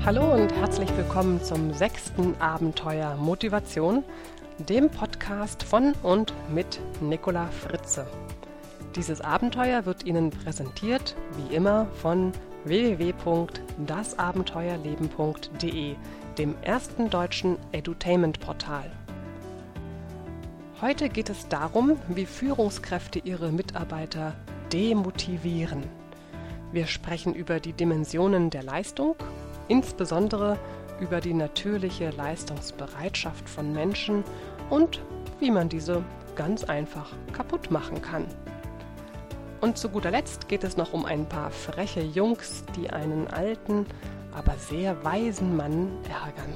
Hallo und herzlich willkommen zum 6. Abenteuer Motivation, dem Podcast von und mit Nicola Fritze. Dieses Abenteuer wird Ihnen präsentiert, wie immer, von www.dasabenteuerleben.de, dem ersten deutschen Edutainment-Portal. Heute geht es darum, wie Führungskräfte ihre Mitarbeiter demotivieren. Wir sprechen über die Dimensionen der Leistung, insbesondere über die natürliche Leistungsbereitschaft von Menschen und wie man diese ganz einfach kaputt machen kann. Und zu guter Letzt geht es noch um ein paar freche Jungs, die einen alten, aber sehr weisen Mann ärgern.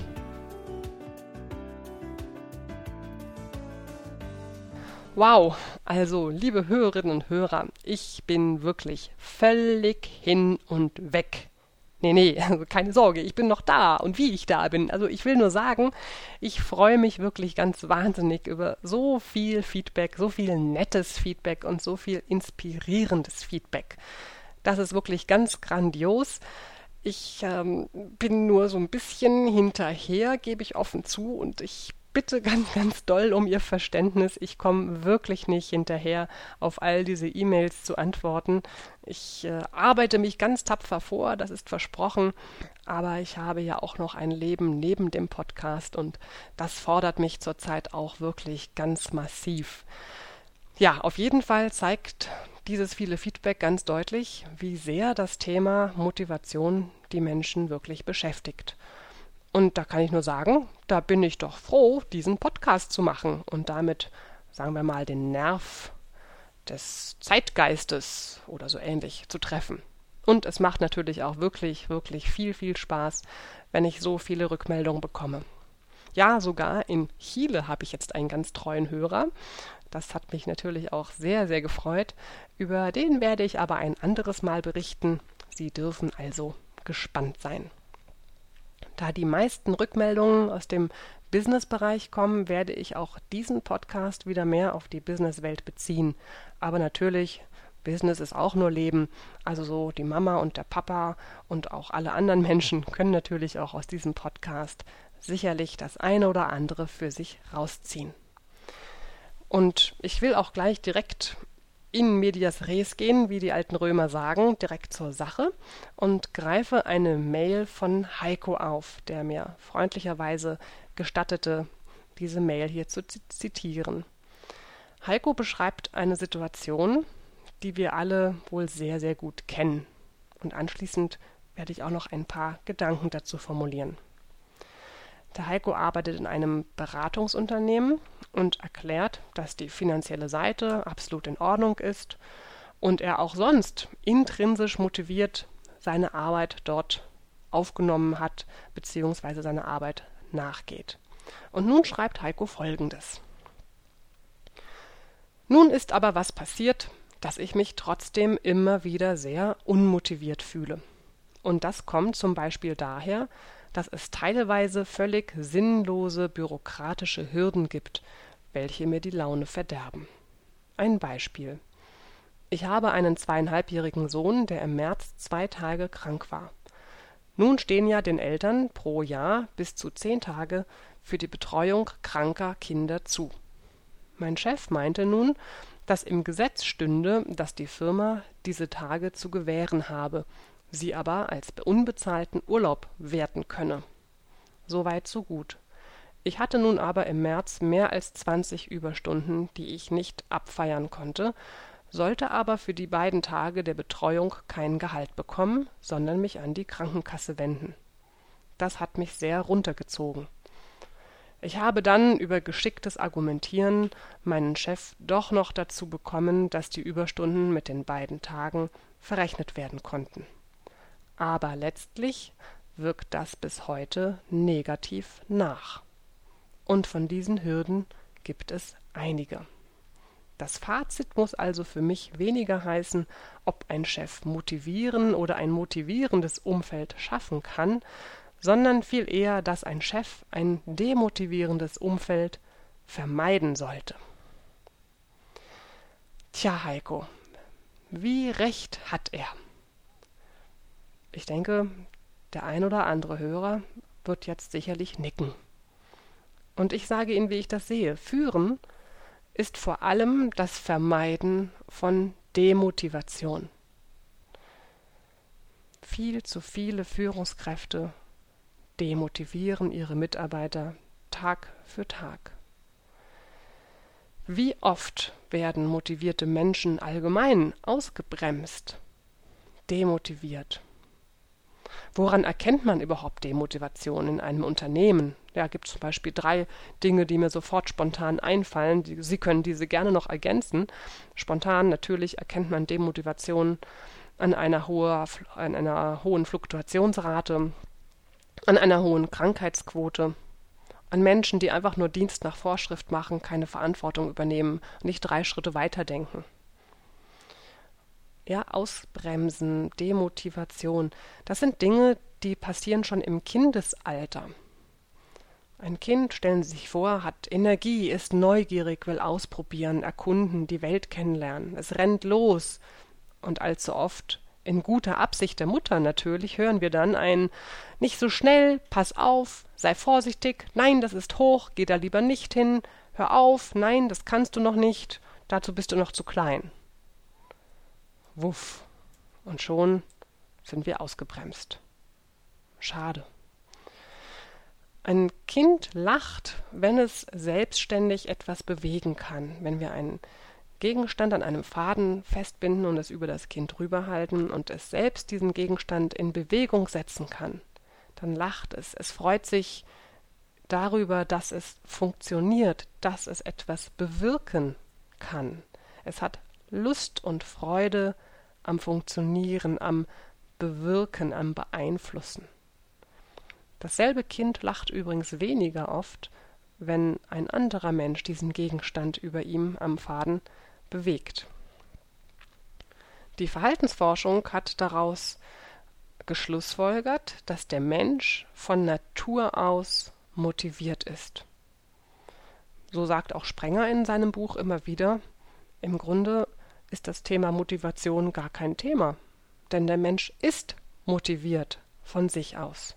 Wow, also liebe Hörerinnen und Hörer, ich bin wirklich völlig hin und weg. Nee, also keine Sorge, ich bin noch da und wie ich da bin. Also ich will nur sagen, ich freue mich wirklich ganz wahnsinnig über so viel Feedback, so viel nettes Feedback und so viel inspirierendes Feedback. Das ist wirklich ganz grandios. Ich bin nur so ein bisschen hinterher, gebe ich offen zu, und ich bitte ganz doll um Ihr Verständnis. Ich komme wirklich nicht hinterher, auf all diese E-Mails zu antworten. Ich arbeite mich ganz tapfer vor, das ist versprochen, aber ich habe ja auch noch ein Leben neben dem Podcast und das fordert mich zurzeit auch wirklich ganz massiv. Ja, auf jeden Fall zeigt dieses viele Feedback ganz deutlich, wie sehr das Thema Motivation die Menschen wirklich beschäftigt. Und da kann ich nur sagen, da bin ich doch froh, diesen Podcast zu machen und damit, sagen wir mal, den Nerv des Zeitgeistes oder so ähnlich zu treffen. Und es macht natürlich auch wirklich viel Spaß, wenn ich so viele Rückmeldungen bekomme. Ja, sogar in Chile habe ich jetzt einen ganz treuen Hörer. Das hat mich natürlich auch sehr gefreut. Über den werde ich aber ein anderes Mal berichten. Sie dürfen also gespannt sein. Da die meisten Rückmeldungen aus dem Business-Bereich kommen, werde ich auch diesen Podcast wieder mehr auf die Businesswelt beziehen. Aber natürlich, Business ist auch nur Leben. Also so die Mama und der Papa und auch alle anderen Menschen können natürlich auch aus diesem Podcast sicherlich das eine oder andere für sich rausziehen. Und ich will auch gleich direkt in medias res gehen, wie die alten Römer sagen, direkt zur Sache und greife eine Mail von Heiko auf, der mir freundlicherweise gestattete, diese Mail hier zu zitieren. Heiko beschreibt eine Situation, die wir alle wohl sehr gut kennen. Und anschließend werde ich auch noch ein paar Gedanken dazu formulieren. Der Heiko arbeitet in einem Beratungsunternehmen und erklärt, dass die finanzielle Seite absolut in Ordnung ist und er auch sonst intrinsisch motiviert seine Arbeit dort aufgenommen hat bzw. seine Arbeit nachgeht. Und nun schreibt Heiko Folgendes. Nun ist aber was passiert, dass ich mich trotzdem immer wieder sehr unmotiviert fühle. Und das kommt zum Beispiel daher, dass es teilweise völlig sinnlose bürokratische Hürden gibt, welche mir die Laune verderben. Ein Beispiel. Ich habe einen 2,5-jährigen Sohn, der im März 2 Tage krank war. Nun stehen ja den Eltern pro Jahr bis zu 10 Tage für die Betreuung kranker Kinder zu. Mein Chef meinte nun, dass im Gesetz stünde, dass die Firma diese Tage zu gewähren habe, sie aber als unbezahlten Urlaub werten könne. Soweit so gut. Ich hatte nun aber im März mehr als 20 Überstunden, die ich nicht abfeiern konnte, sollte aber für die beiden Tage der Betreuung kein Gehalt bekommen, sondern mich an die Krankenkasse wenden. Das hat mich sehr runtergezogen. Ich habe dann über geschicktes Argumentieren meinen Chef doch noch dazu bekommen, dass die Überstunden mit den beiden Tagen verrechnet werden konnten. Aber letztlich wirkt das bis heute negativ nach. Und von diesen Hürden gibt es einige. Das Fazit muss also für mich weniger heißen, ob ein Chef motivieren oder ein motivierendes Umfeld schaffen kann, sondern viel eher, dass ein Chef ein demotivierendes Umfeld vermeiden sollte. Tja, Heiko, wie recht hat er? Ich denke, Der ein oder andere Hörer wird jetzt sicherlich nicken. Und ich sage Ihnen, wie ich das sehe. Führen ist vor allem das Vermeiden von Demotivation. Viel zu viele Führungskräfte demotivieren ihre Mitarbeiter Tag für Tag. Wie oft werden motivierte Menschen allgemein ausgebremst, demotiviert? Woran erkennt man überhaupt Demotivation in einem Unternehmen? Ja, gibt es zum Beispiel 3 Dinge, die mir sofort spontan einfallen. Sie können diese gerne noch ergänzen. Spontan natürlich erkennt man Demotivation an einer hohen Fluktuationsrate, an einer hohen Krankheitsquote, an Menschen, die einfach nur Dienst nach Vorschrift machen, keine Verantwortung übernehmen, nicht 3 Schritte weiterdenken. Ja, Ausbremsen, Demotivation, das sind Dinge, die passieren schon im Kindesalter. Ein Kind, stellen Sie sich vor, hat Energie, ist neugierig, will ausprobieren, erkunden, die Welt kennenlernen. Es rennt los. Und allzu oft, in guter Absicht der Mutter natürlich, hören wir dann ein »Nicht so schnell, pass auf, sei vorsichtig, nein, das ist hoch, geh da lieber nicht hin, hör auf, nein, das kannst du noch nicht, dazu bist du noch zu klein.« Wuff. Und schon sind wir ausgebremst. Schade. Ein Kind lacht, wenn es selbstständig etwas bewegen kann, wenn wir einen Gegenstand an einem Faden festbinden und es über das Kind rüberhalten und es selbst diesen Gegenstand in Bewegung setzen kann. Dann lacht es. Es freut sich darüber, dass es funktioniert, dass es etwas bewirken kann. Es hat Lust und Freude am Funktionieren, am Bewirken, am Beeinflussen. Dasselbe Kind lacht übrigens weniger oft, wenn ein anderer Mensch diesen Gegenstand über ihm am Faden bewegt. Die Verhaltensforschung hat daraus geschlussfolgert, dass der Mensch von Natur aus motiviert ist. So sagt auch Sprenger in seinem Buch immer wieder, im Grunde ist das Thema Motivation gar kein Thema, denn der Mensch ist motiviert von sich aus.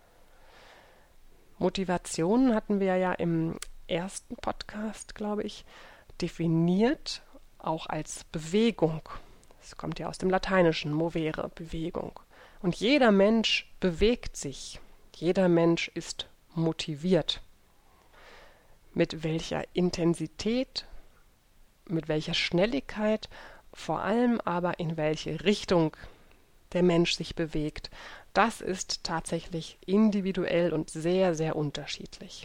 Motivation hatten wir ja im ersten Podcast, glaube ich, definiert, auch als Bewegung. Das kommt ja aus dem Lateinischen, movere, Bewegung. Und jeder Mensch bewegt sich, jeder Mensch ist motiviert. Mit welcher Intensität, mit welcher Schnelligkeit, vor allem aber in welche Richtung der Mensch sich bewegt, das ist tatsächlich individuell und sehr, sehr unterschiedlich.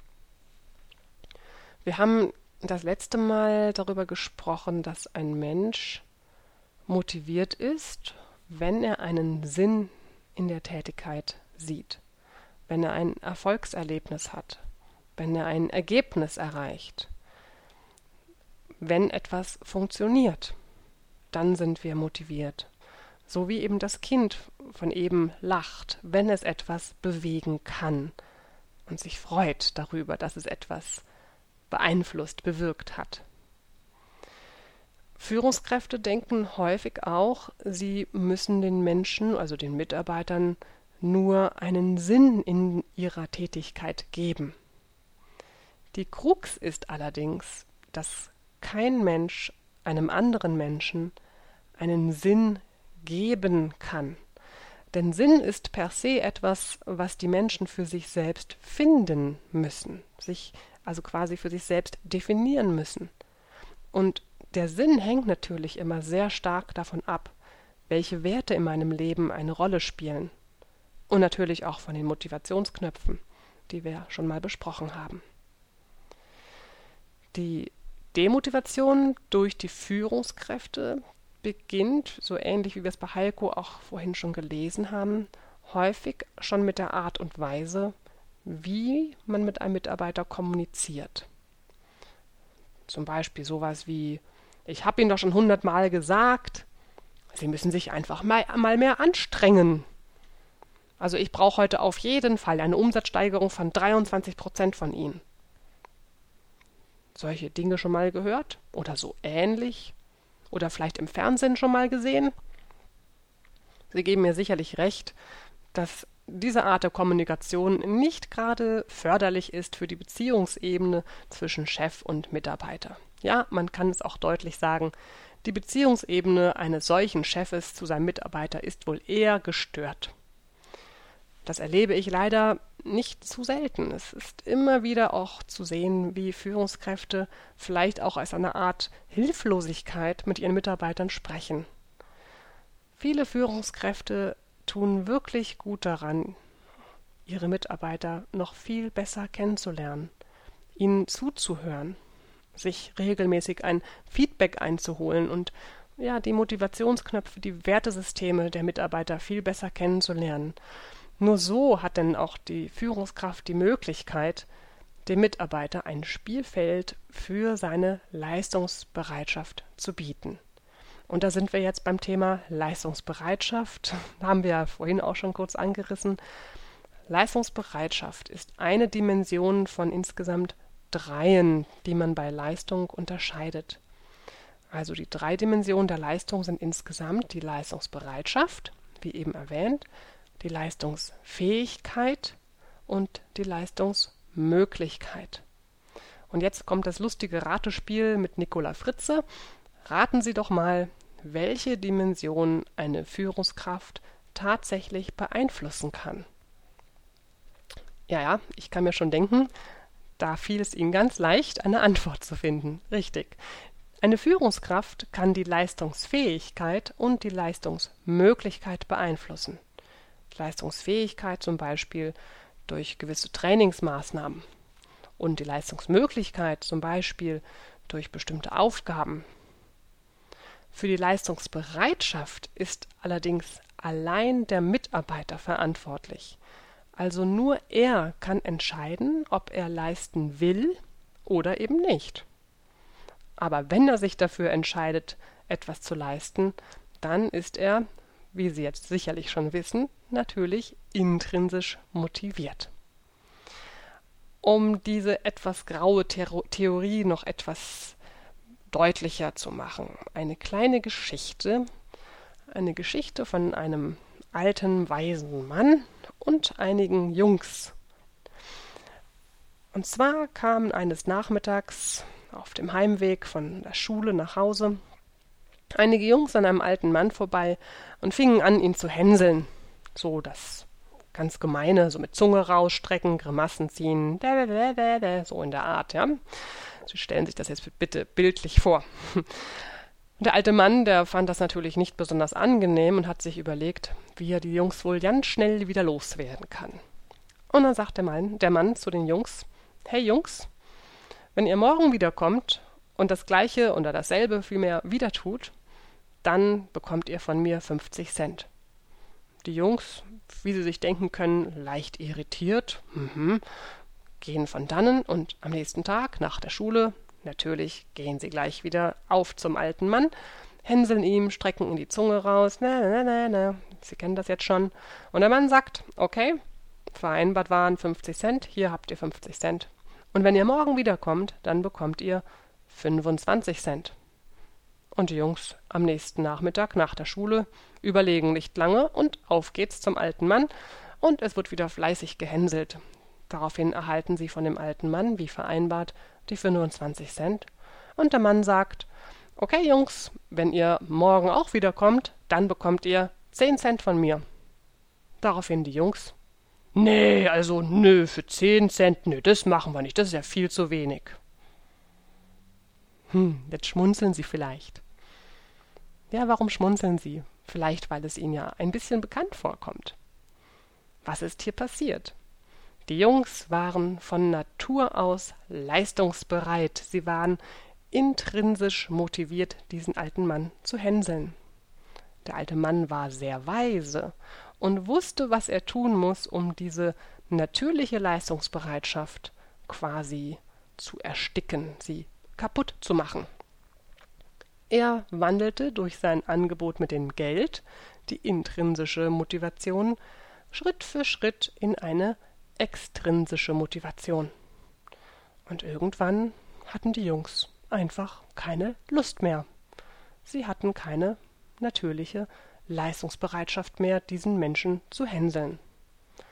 Wir haben das letzte Mal darüber gesprochen, dass ein Mensch motiviert ist, wenn er einen Sinn in der Tätigkeit sieht, wenn er ein Erfolgserlebnis hat, wenn er ein Ergebnis erreicht, wenn etwas funktioniert, dann sind wir motiviert. So wie eben das Kind von eben lacht, wenn es etwas bewegen kann und sich freut darüber, dass es etwas beeinflusst, bewirkt hat. Führungskräfte denken häufig auch, sie müssen den Menschen, also den Mitarbeitern, nur einen Sinn in ihrer Tätigkeit geben. Die Krux ist allerdings, dass kein Mensch einem anderen Menschen einen Sinn geben kann. Denn Sinn ist per se etwas, was die Menschen für sich selbst finden müssen, sich also quasi für sich selbst definieren müssen. Und der Sinn hängt natürlich immer sehr stark davon ab, welche Werte in meinem Leben eine Rolle spielen. Und natürlich auch von den Motivationsknöpfen, die wir schon mal besprochen haben. Die Demotivation durch die Führungskräfte beginnt, so ähnlich wie wir es bei Heiko auch vorhin schon gelesen haben, häufig schon mit der Art und Weise, wie man mit einem Mitarbeiter kommuniziert. Zum Beispiel sowas wie, ich habe Ihnen doch schon 100-mal gesagt, Sie müssen sich einfach mal mehr anstrengen. Also ich brauche heute auf jeden Fall eine Umsatzsteigerung von 23% von Ihnen. Solche Dinge schon mal gehört? Oder so ähnlich? Oder vielleicht im Fernsehen schon mal gesehen? Sie geben mir sicherlich recht, dass diese Art der Kommunikation nicht gerade förderlich ist für die Beziehungsebene zwischen Chef und Mitarbeiter. Ja, man kann es auch deutlich sagen, die Beziehungsebene eines solchen Chefes zu seinem Mitarbeiter ist wohl eher gestört. Das erlebe ich leider nicht zu selten. Es ist immer wieder auch zu sehen, wie Führungskräfte vielleicht auch als eine Art Hilflosigkeit mit ihren Mitarbeitern sprechen. Viele Führungskräfte tun wirklich gut daran, ihre Mitarbeiter noch viel besser kennenzulernen, ihnen zuzuhören, sich regelmäßig ein Feedback einzuholen und die Motivationsknöpfe, die Wertesysteme der Mitarbeiter viel besser kennenzulernen. Nur so hat denn auch die Führungskraft die Möglichkeit, dem Mitarbeiter ein Spielfeld für seine Leistungsbereitschaft zu bieten. Und da sind wir jetzt beim Thema Leistungsbereitschaft. Haben wir ja vorhin auch schon kurz angerissen. Leistungsbereitschaft ist eine Dimension von insgesamt 3, die man bei Leistung unterscheidet. Also die 3 Dimensionen der Leistung sind insgesamt die Leistungsbereitschaft, wie eben erwähnt, die Leistungsfähigkeit und die Leistungsmöglichkeit. Und jetzt kommt das lustige Ratespiel mit Nicola Fritze. Raten Sie doch mal, welche Dimension eine Führungskraft tatsächlich beeinflussen kann. Ja, ich kann mir schon denken, da fiel es Ihnen ganz leicht, eine Antwort zu finden. Richtig. Eine Führungskraft kann die Leistungsfähigkeit und die Leistungsmöglichkeit beeinflussen. Leistungsfähigkeit zum Beispiel durch gewisse Trainingsmaßnahmen und die Leistungsmöglichkeit zum Beispiel durch bestimmte Aufgaben. Für die Leistungsbereitschaft ist allerdings allein der Mitarbeiter verantwortlich. Also nur er kann entscheiden, ob er leisten will oder eben nicht. Aber wenn er sich dafür entscheidet, etwas zu leisten, dann ist er, wie Sie jetzt sicherlich schon wissen, natürlich intrinsisch motiviert. Um diese etwas graue Theorie noch etwas deutlicher zu machen, eine kleine Geschichte, von einem alten, weisen Mann und einigen Jungs. Und zwar kamen eines Nachmittags auf dem Heimweg von der Schule nach Hause einige Jungs an einem alten Mann vorbei und fingen an, ihn zu hänseln. So das ganz Gemeine, so mit Zunge rausstrecken, Grimassen ziehen, so in der Art, ja. Sie stellen sich das jetzt bitte bildlich vor. Der alte Mann, der fand das natürlich nicht besonders angenehm und hat sich überlegt, wie er die Jungs wohl ganz schnell wieder loswerden kann. Und dann sagt der Mann zu den Jungs: Hey Jungs, wenn ihr morgen wiederkommt und das Gleiche oder dasselbe vielmehr wieder tut, dann bekommt ihr von mir 50 Cent. Die Jungs, wie Sie sich denken können, leicht irritiert, gehen von dannen und am nächsten Tag nach der Schule, natürlich gehen sie gleich wieder auf zum alten Mann, hänseln ihm, strecken ihm die Zunge raus, Sie kennen das jetzt schon. Und der Mann sagt: Okay, vereinbart waren 50 Cent, hier habt ihr 50 Cent. Und wenn ihr morgen wiederkommt, dann bekommt ihr 25 Cent. Und die Jungs am nächsten Nachmittag nach der Schule überlegen nicht lange und auf geht's zum alten Mann und es wird wieder fleißig gehänselt. Daraufhin erhalten sie von dem alten Mann, wie vereinbart, die 25 Cent. Und der Mann sagt: Okay Jungs, wenn ihr morgen auch wiederkommt, dann bekommt ihr 10 Cent von mir. Daraufhin die Jungs: Nee, für 10 Cent, das machen wir nicht, das ist ja viel zu wenig. Jetzt schmunzeln Sie vielleicht. Ja, warum schmunzeln Sie? Vielleicht, weil es Ihnen ja ein bisschen bekannt vorkommt. Was ist hier passiert? Die Jungs waren von Natur aus leistungsbereit. Sie waren intrinsisch motiviert, diesen alten Mann zu hänseln. Der alte Mann war sehr weise und wusste, was er tun muss, um diese natürliche Leistungsbereitschaft quasi zu ersticken, sie kaputt zu machen. Er wandelte durch sein Angebot mit dem Geld die intrinsische Motivation Schritt für Schritt in eine extrinsische Motivation. Und irgendwann hatten die Jungs einfach keine Lust mehr. Sie hatten keine natürliche Leistungsbereitschaft mehr, diesen Menschen zu hänseln.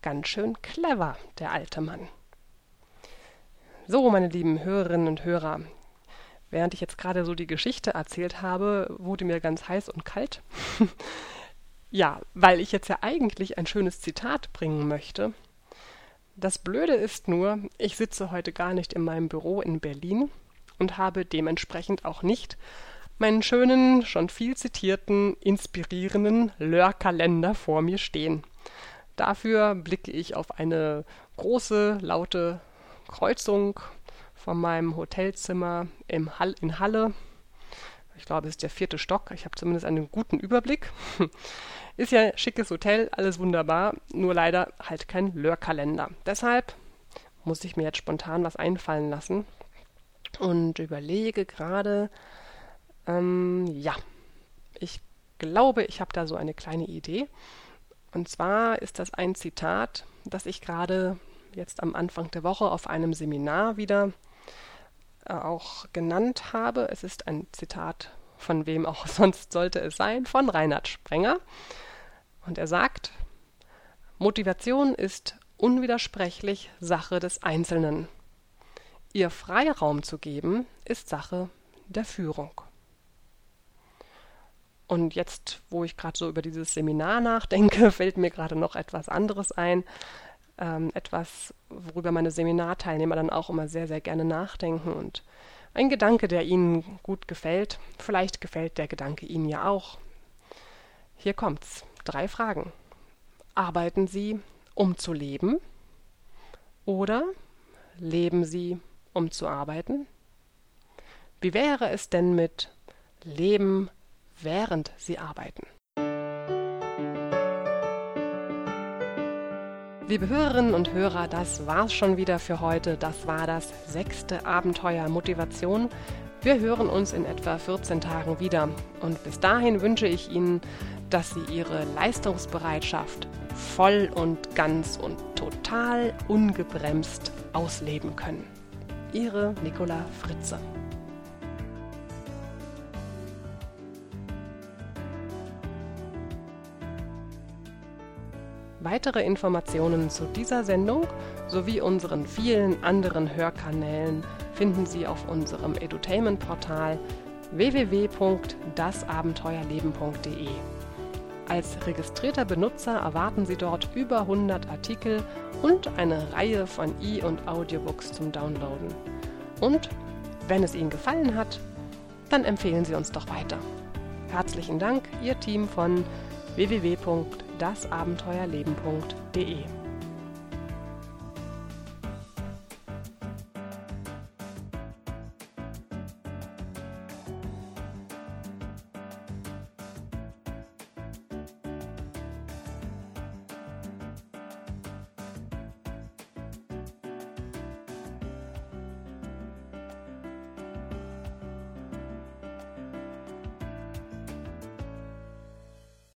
ganz schön clever, der alte Mann. So, meine lieben Hörerinnen und Hörer, während ich jetzt gerade so die Geschichte erzählt habe, wurde mir ganz heiß und kalt. Ja, weil ich jetzt ja eigentlich ein schönes Zitat bringen möchte. Das Blöde ist nur, ich sitze heute gar nicht in meinem Büro in Berlin und habe dementsprechend auch nicht meinen schönen, schon viel zitierten, inspirierenden Lörkalender vor mir stehen. Dafür blicke ich auf eine große, laute Kreuzung von meinem Hotelzimmer in Halle. Ich glaube, es ist der 4. Stock. Ich habe zumindest einen guten Überblick. Ist ja ein schickes Hotel, alles wunderbar, nur leider halt kein Lörkalender. Deshalb muss ich mir jetzt spontan was einfallen lassen und überlege gerade, ich glaube, ich habe da so eine kleine Idee. Und zwar ist das ein Zitat, das ich gerade jetzt am Anfang der Woche auf einem Seminar wieder auch genannt habe. Es ist ein Zitat, von wem auch sonst sollte es sein, von Reinhard Sprenger. Und er sagt, Motivation ist unwidersprechlich Sache des Einzelnen. Ihr Freiraum zu geben, ist Sache der Führung. Und jetzt, wo ich gerade so über dieses Seminar nachdenke, fällt mir gerade noch etwas anderes ein. Etwas, worüber meine Seminarteilnehmer dann auch immer sehr, sehr gerne nachdenken. Und ein Gedanke, der ihnen gut gefällt. Vielleicht gefällt der Gedanke Ihnen ja auch. Hier kommt's. 3 Fragen. Arbeiten Sie, um zu leben? Oder leben Sie, um zu arbeiten? Wie wäre es denn mit Leben, während Sie arbeiten? Liebe Hörerinnen und Hörer, das war's schon wieder für heute. Das war das 6. Abenteuer Motivation. Wir hören uns in etwa 14 Tagen wieder. Und bis dahin wünsche ich Ihnen, dass Sie Ihre Leistungsbereitschaft voll und ganz und total ungebremst ausleben können. Ihre Nicola Fritze. Weitere Informationen zu dieser Sendung sowie unseren vielen anderen Hörkanälen finden Sie auf unserem Edutainment-Portal www.dasabenteuerleben.de. Als registrierter Benutzer erwarten Sie dort über 100 Artikel und eine Reihe von E- und Audiobooks zum Downloaden. Und wenn es Ihnen gefallen hat, dann empfehlen Sie uns doch weiter. Herzlichen Dank, Ihr Team von www.dasabenteuerleben.de.